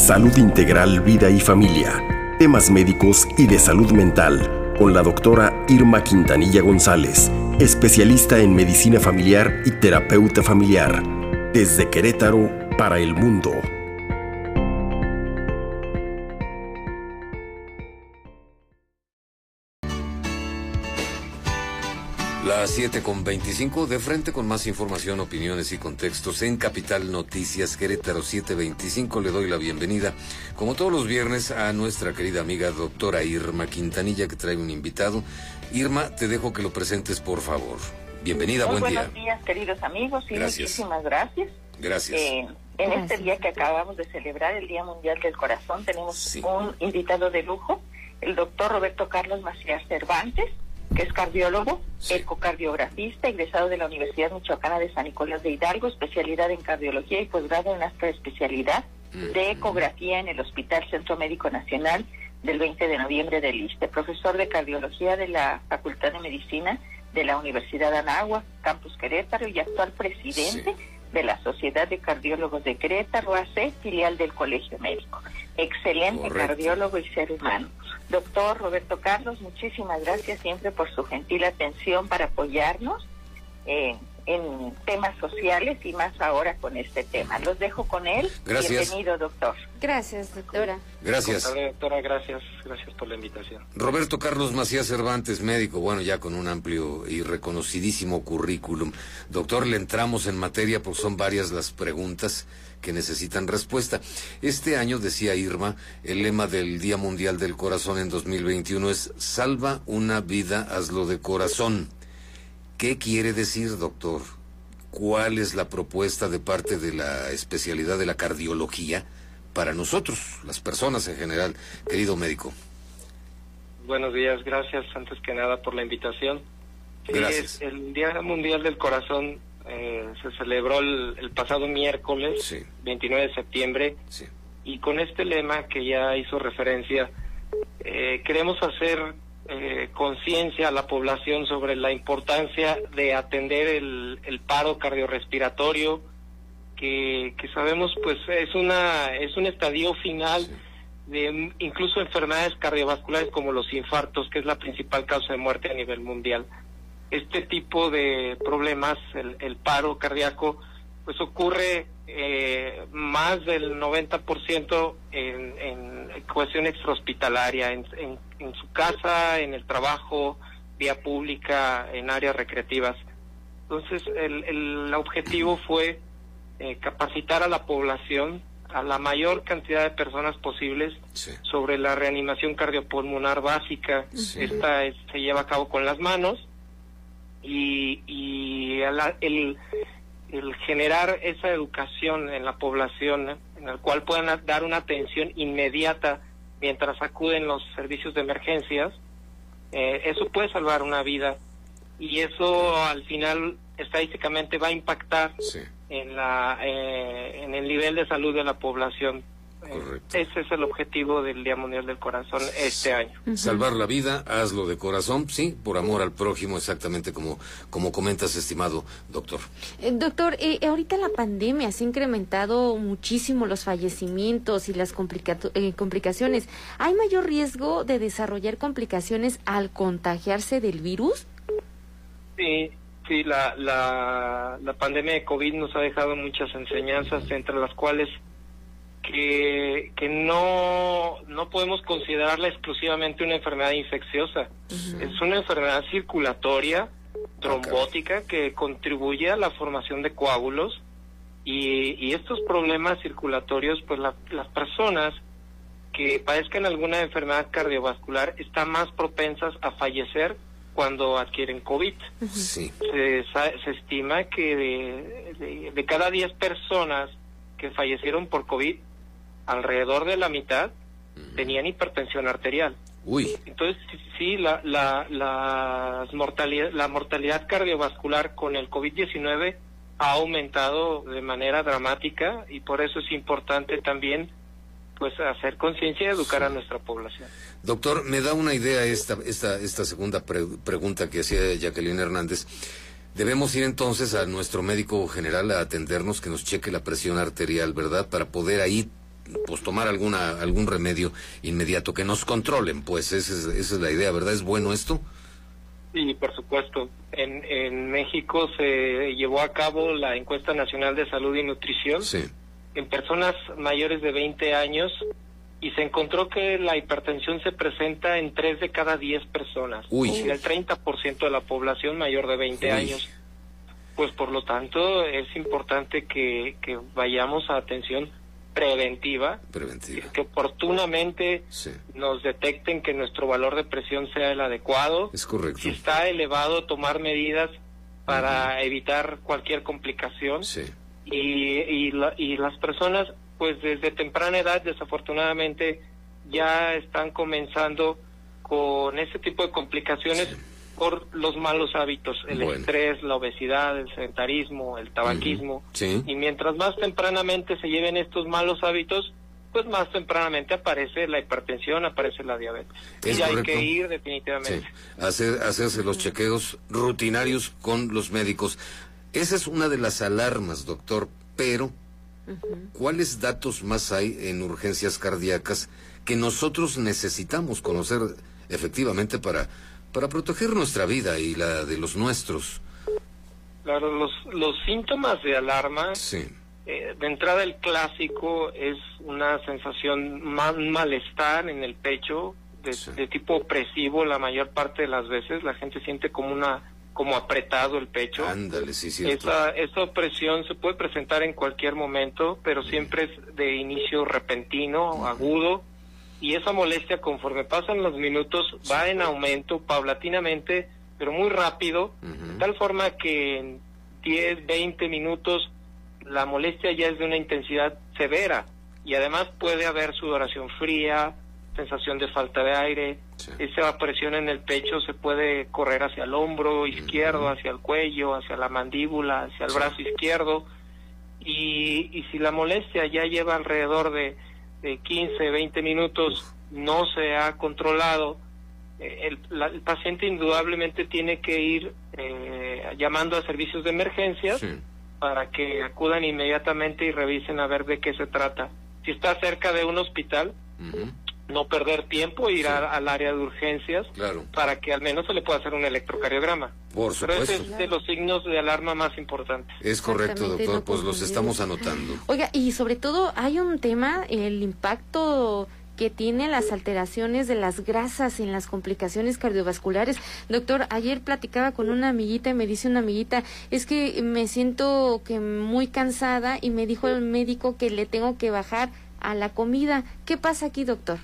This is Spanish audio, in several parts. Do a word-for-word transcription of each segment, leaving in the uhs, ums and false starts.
Salud Integral, Vida y Familia. Temas médicos y de salud mental, con la doctora Irma Quintanilla González, especialista en medicina familiar y terapeuta familiar. Desde Querétaro para el mundo. Las siete con veinticinco, de frente con más información, opiniones y contextos en Capital Noticias Querétaro siete veinticinco. Le doy la bienvenida, como todos los viernes, a nuestra querida amiga doctora Irma Quintanilla, que trae un invitado. Irma, te dejo que lo presentes, por favor. Bienvenida, Muy buen día. Buenos días, queridos amigos, y gracias. Muchísimas gracias. Gracias. Eh, en Gracias. este día que acabamos de celebrar, el Día Mundial del Corazón, tenemos Sí. un invitado de lujo, el doctor Roberto Carlos Macías Cervantes, que es cardiólogo, Sí. ecocardiografista, egresado de la Universidad Michoacana de San Nicolás de Hidalgo, especialidad en cardiología y posgrado en esta especialidad de ecografía en el Hospital Centro Médico Nacional del veinte de noviembre del I S S S T E, profesor de cardiología de la Facultad de Medicina de la Universidad de Anáhuac, Campus Querétaro, y actual presidente Sí. de la Sociedad de Cardiólogos de Querétaro, A C, filial del Colegio Médico. Excelente Correcto. cardiólogo y ser humano. Doctor Roberto Carlos, muchísimas gracias siempre por su gentil atención para apoyarnos eh, en temas sociales y más ahora con este tema. Los dejo con él. Gracias. Bienvenido, doctor. Gracias, doctora. Gracias. Doctora, gracias, gracias por la invitación. Roberto Carlos Macías Cervantes, médico, bueno, ya con un amplio y reconocidísimo currículum. Doctor, le entramos en materia porque son varias las preguntas que necesitan respuesta. Este año, decía Irma, el lema del Día Mundial del Corazón en dos mil veintiuno es "Salva una vida, hazlo de corazón". ¿Qué quiere decir, doctor? ¿Cuál es la propuesta de parte de la especialidad de la cardiología para nosotros, las personas en general, querido médico? Buenos días, gracias antes que nada por la invitación. Sí, Gracias. es el Día Mundial del Corazón eh, se celebró el, el pasado miércoles, Sí. veintinueve de septiembre, Sí. y con este lema que ya hizo referencia, eh, queremos hacer eh, conciencia a la población sobre la importancia de atender el, el paro cardiorrespiratorio, que, que sabemos pues es una es un estadio final Sí. de incluso enfermedades cardiovasculares como los infartos, que es la principal causa de muerte a nivel mundial. Este tipo de problemas, el, el paro cardíaco, pues ocurre eh, más del noventa por ciento en, en cuestión extrahospitalaria, en, en, en su casa, en el trabajo, vía pública, en áreas recreativas. Entonces, el, el objetivo fue eh, capacitar a la población, a la mayor cantidad de personas posibles, Sí. sobre la reanimación cardiopulmonar básica. Sí. Esta es- se lleva a cabo con las manos, y, y el, el, el generar esa educación en la población, ¿eh? en la cual puedan a- dar una atención inmediata mientras acuden los servicios de emergencias, eh, eso puede salvar una vida, y eso al final estadísticamente va a impactar Sí. en la eh, en el nivel de salud de la población. Correcto. Eh, ese es el objetivo del Día Mundial del Corazón este año. Salvar la vida, hazlo de corazón, sí, por amor al prójimo, exactamente como, como comentas, estimado doctor. Eh, doctor, eh, ahorita la pandemia se ha incrementado muchísimo los fallecimientos y las complica- eh, complicaciones. ¿Hay mayor riesgo de desarrollar complicaciones al contagiarse del virus? Sí, sí, la, la, la pandemia de COVID nos ha dejado muchas enseñanzas, entre las cuales que, que no, no podemos considerarla exclusivamente una enfermedad infecciosa. Es una enfermedad circulatoria, trombótica, que contribuye a la formación de coágulos, y, y estos problemas circulatorios, pues la, las personas que padezcan alguna enfermedad cardiovascular están más propensas a fallecer cuando adquieren COVID. Sí. Se, sa- se estima que de, de, de cada diez personas que fallecieron por COVID, alrededor de la mitad tenían hipertensión arterial. Uy. Entonces, sí, sí, la, la, las mortalidad, la mortalidad cardiovascular con el COVID diecinueve ha aumentado de manera dramática, y por eso es importante también pues hacer conciencia y educar a nuestra población. Doctor, me da una idea esta esta esta segunda pre- pregunta que hacía Jacqueline Hernández. Debemos ir entonces a nuestro médico general a atendernos, que nos cheque la presión arterial, ¿verdad? Para poder ahí pues tomar alguna algún remedio inmediato, que nos controlen, pues esa es, esa es la idea, ¿verdad? ¿Es bueno esto? Sí, por supuesto. En, en México se llevó a cabo la encuesta nacional de salud y nutrición sí. en personas mayores de veinte años y se encontró que la hipertensión se presenta en tres de cada diez personas. Uy. Y el treinta por ciento de la población mayor de veinte Uy. años. Pues por lo tanto es importante que, que vayamos a atención preventiva, Preventiva. que oportunamente Sí. nos detecten que nuestro valor de presión sea el adecuado. Es correcto. Si está elevado, tomar medidas para Uh-huh. evitar cualquier complicación. Sí. Y, y, la- y las personas, pues desde temprana edad, desafortunadamente, ya están comenzando con ese tipo de complicaciones Sí. por los malos hábitos, el Bueno. estrés, la obesidad, el sedentarismo, el tabaquismo. Ujú. Sí. Y mientras más tempranamente se lleven estos malos hábitos, pues más tempranamente aparece la hipertensión, aparece la diabetes. Es y hay correcto. que ir Sí. definitivamente. Hacer, hacerse los chequeos rutinarios con los médicos. Esa es una de las alarmas, doctor, pero ¿cuáles datos más hay en urgencias cardíacas que nosotros necesitamos conocer efectivamente para, para proteger nuestra vida y la de los nuestros? Claro, los, los síntomas de alarma, Sí. eh, de entrada el clásico es una sensación, ma- un malestar en el pecho, de, Sí. de tipo opresivo la mayor parte de las veces, la gente siente como una como apretado el pecho. Ándale, sí, cierto. Esa, esa opresión se puede presentar en cualquier momento, pero siempre es de inicio repentino, agudo, y esa molestia conforme pasan los minutos va en aumento paulatinamente, pero muy rápido, Ujú. de tal forma que en diez, veinte minutos la molestia ya es de una intensidad severa, y además puede haber sudoración fría, sensación de falta de aire, Sí. esa presión en el pecho se puede correr hacia el hombro izquierdo, hacia el cuello, hacia la mandíbula, hacia el Sí. brazo izquierdo, y, y si la molestia ya lleva alrededor de, de quince, veinte minutos, Uf. no se ha controlado, eh, el, la- el paciente indudablemente tiene que ir eh, llamando a servicios de emergencias Sí. para que acudan inmediatamente y revisen a ver de qué se trata. Si está cerca de un hospital, Ujú. no perder tiempo, ir Sí. a- al área de urgencias Claro. para que al menos se le pueda hacer un electrocardiograma. Por Pero ese supuesto. es de los signos de alarma más importantes. Es correcto, Exactamente, doctor, no pues los confundir. estamos anotando. Oiga, y sobre todo hay un tema, el impacto que tiene las alteraciones de las grasas en las complicaciones cardiovasculares. Doctor, ayer platicaba con una amiguita y me dice una amiguita, es que me siento que muy cansada y me dijo el médico que le tengo que bajar a la comida. ¿Qué pasa aquí, doctor?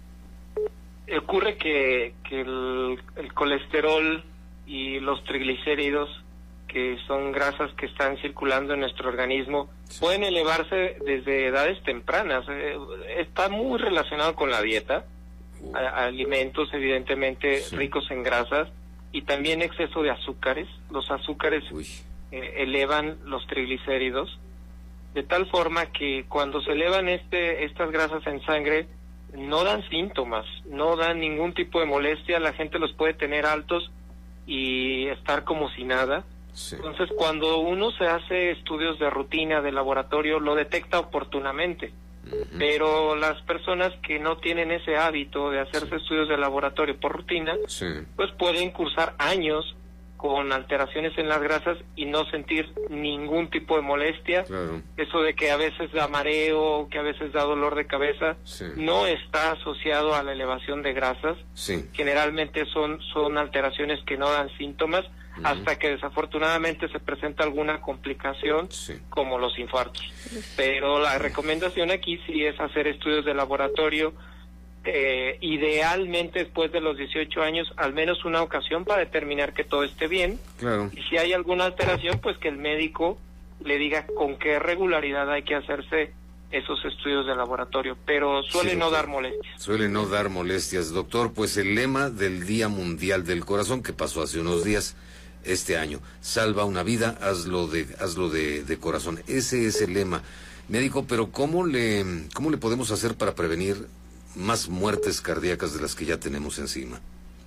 Ocurre que, que el, el colesterol y los triglicéridos, que son grasas que están circulando en nuestro organismo, Sí. pueden elevarse desde edades tempranas. Eh, Está muy relacionado con la dieta, Uh, a- alimentos evidentemente Sí. ricos en grasas y también exceso de azúcares. Los azúcares Uy. eh, elevan los triglicéridos, de tal forma que cuando se elevan este estas grasas en sangre no dan síntomas, no dan ningún tipo de molestia, la gente los puede tener altos y estar como si nada. Sí. Entonces, cuando uno se hace estudios de rutina de laboratorio, lo detecta oportunamente. Ujú. Pero las personas que no tienen ese hábito de hacerse estudios de laboratorio por rutina, Sí. pues pueden cursar años con alteraciones en las grasas y no sentir ningún tipo de molestia. Claro. Eso de que a veces da mareo, que a veces da dolor de cabeza, Sí. no está asociado a la elevación de grasas. Sí. Generalmente son, son alteraciones que no dan síntomas Ujú. hasta que desafortunadamente se presenta alguna complicación Sí. como los infartos. Pero la recomendación aquí sí es hacer estudios de laboratorio, eh, idealmente después de los dieciocho años, al menos una ocasión para determinar que todo esté bien. Claro. Y si hay alguna alteración, pues que el médico le diga con qué regularidad hay que hacerse esos estudios de laboratorio, pero suele Sí, no doctor. dar molestias. Suele no dar molestias. Doctor, pues el lema del Día Mundial del Corazón, que pasó hace unos días, este año, salva una vida, hazlo de, hazlo de, de corazón. Ese es el lema. Médico, pero ¿cómo le, cómo le podemos hacer para prevenir más muertes cardíacas de las que ya tenemos encima?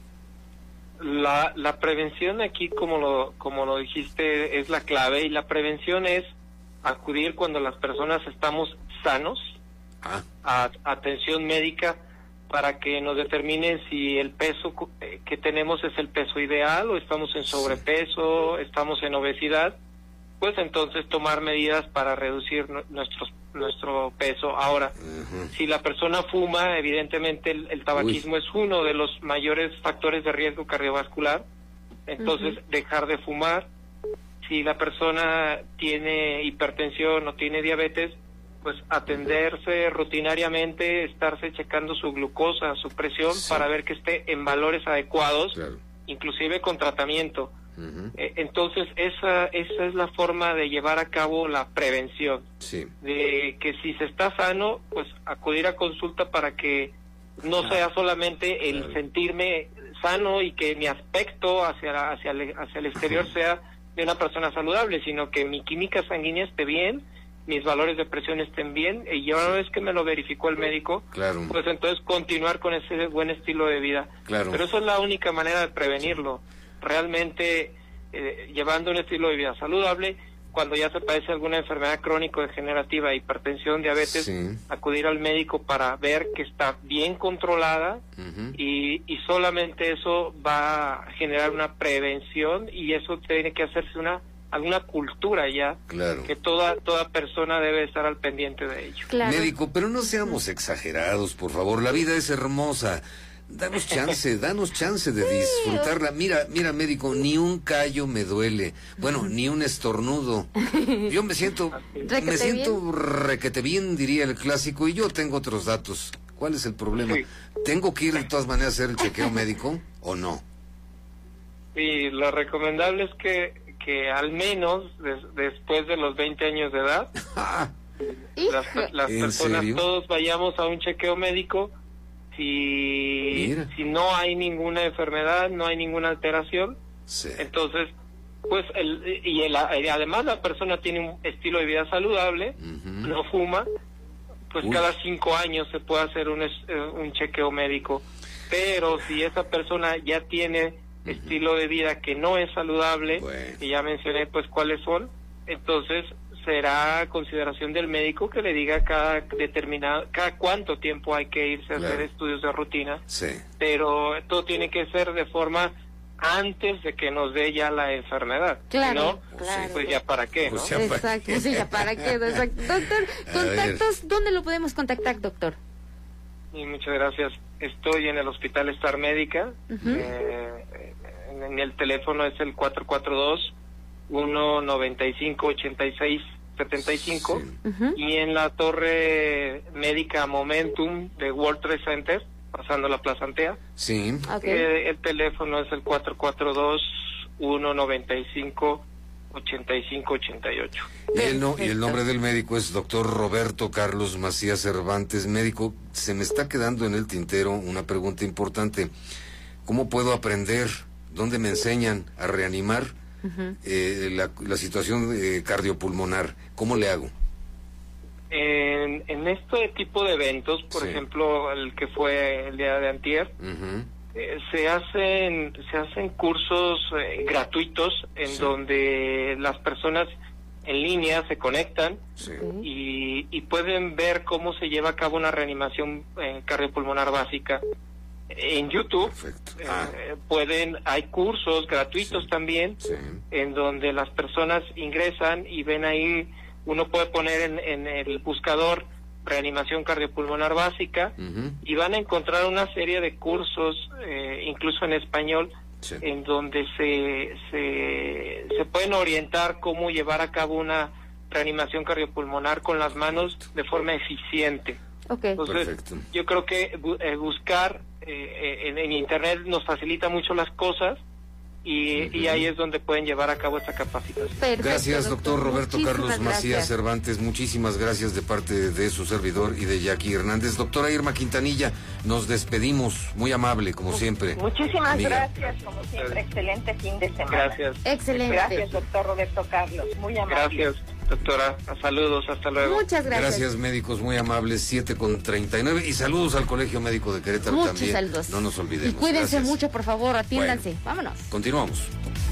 La, la prevención aquí, como lo, como lo dijiste, es la clave, y la prevención es acudir cuando las personas estamos sanos, ah. a atención médica para que nos determinen si el peso que tenemos es el peso ideal o estamos en sobrepeso, sí. estamos en obesidad, pues entonces tomar medidas para reducir nuestros, nuestro peso. Ahora, uh-huh. si la persona fuma, evidentemente el, el tabaquismo Uy. es uno de los mayores factores de riesgo cardiovascular, entonces uh-huh. dejar de fumar. Si la persona tiene hipertensión o tiene diabetes, pues atenderse rutinariamente, estarse checando su glucosa, su presión, sí. para ver que esté en valores adecuados, claro. inclusive con tratamiento. Uh-huh. Eh, entonces esa esa es la forma de llevar a cabo la prevención, sí. de que si se está sano, pues acudir a consulta para que no sea solamente el claro. sentirme sano y que mi aspecto hacia hacia el, hacia el exterior uh-huh. sea de una persona saludable, sino que mi química sanguínea esté bien, mis valores de presión estén bien, y ya una vez que me lo verificó el médico, claro. pues entonces continuar con ese buen estilo de vida. Claro. Pero eso es la única manera de prevenirlo, realmente eh, llevando un estilo de vida saludable. Cuando ya se padece alguna enfermedad crónico-degenerativa, hipertensión, diabetes, sí. acudir al médico para ver que está bien controlada, uh-huh. y, y solamente eso va a generar una prevención, y eso tiene que hacerse una alguna cultura ya, claro. que toda toda persona debe estar al pendiente de ello. Claro. Médico, pero no seamos exagerados, por favor, la vida es hermosa. Danos chance, danos chance de disfrutarla. Mira, mira, médico, ni un callo me duele. Bueno, ni un estornudo. Yo me siento, me siento bien? requete bien, diría el clásico, y yo tengo otros datos. ¿Cuál es el problema? Sí. ¿Tengo que ir de todas maneras a hacer el chequeo médico o no? Y lo recomendable es que que al menos des, después de los veinte años de edad, las, las personas, serio? todos vayamos a un chequeo médico. Si, Mira. si no hay ninguna enfermedad, no hay ninguna alteración, sí. entonces, pues, el, y el, además la persona tiene un estilo de vida saludable, uh-huh. no fuma, pues Uy. cada cinco años se puede hacer un, un chequeo médico. Pero si esa persona ya tiene uh-huh. estilo de vida que no es saludable, bueno. y ya mencioné pues cuáles son, entonces será consideración del médico que le diga cada determinado, cada cuánto tiempo hay que irse a claro. hacer estudios de rutina, sí. pero todo tiene que ser de forma antes de que nos dé ya la enfermedad, claro, ¿no? Claro. Pues ya para qué, ¿no? Pues exacto, pues ya para qué, exacto. Doctor, contactos, ¿dónde lo podemos contactar, doctor? Y muchas gracias. Estoy en el Hospital Star Médica, uh-huh. eh, en el teléfono es el cuatro cuatro dos, uno noventa y cinco, ochenta y seis, setenta y cinco, sí. uh-huh. y en la Torre Médica Momentum de World Trade Center, pasando la Plaza Antea. Sí. Okay. Eh, el teléfono es el cuatro cuatro dos, uno noventa y cinco, ochenta y cinco, ochenta y ocho. Y el, no, y el nombre del médico es doctor Roberto Carlos Macías Cervantes. Médico, se me está quedando en el tintero una pregunta importante. ¿Cómo puedo aprender? ¿Dónde me enseñan a reanimar uh-huh. eh, la, la situación eh, cardiopulmonar? ¿Cómo le hago? En, en este tipo de eventos, por sí. ejemplo, el que fue el día de antier, uh-huh. eh, se hacen se hacen cursos eh, gratuitos en sí. donde las personas en línea se conectan sí. y, y pueden ver cómo se lleva a cabo una reanimación eh, cardiopulmonar básica. En YouTube ah. eh, pueden hay cursos gratuitos sí. también sí. en donde las personas ingresan y ven ahí. Uno puede poner en, en el buscador reanimación cardiopulmonar básica uh-huh. y van a encontrar una serie de cursos, eh, incluso en español, sí. en donde se, se se pueden orientar cómo llevar a cabo una reanimación cardiopulmonar con las manos de forma eficiente. Okay. Entonces, perfecto. Yo creo que eh, buscar eh, en, en internet nos facilita mucho las cosas. Y, uh-huh. y ahí es donde pueden llevar a cabo esta capacitación. Perfecto, gracias, doctor, doctor Roberto Muchísimas Carlos gracias. Macías Cervantes. Muchísimas gracias de parte de su servidor y de Jackie Hernández. Doctora Irma Quintanilla, nos despedimos. Muy amable, como siempre. Muchísimas amiga. gracias, como siempre. Excelente fin de semana. Gracias. Excelente. Gracias, doctor Roberto Carlos. Muy amable. Gracias, doctora. Saludos, hasta luego. Muchas gracias. Gracias, médicos, muy amables. siete con treinta y nueve. Y saludos al Colegio Médico de Querétaro. Muchos también. saludos. No nos olvidemos. Y cuídense gracias. mucho, por favor. Atiéndanse. Bueno, vámonos. Continuamos.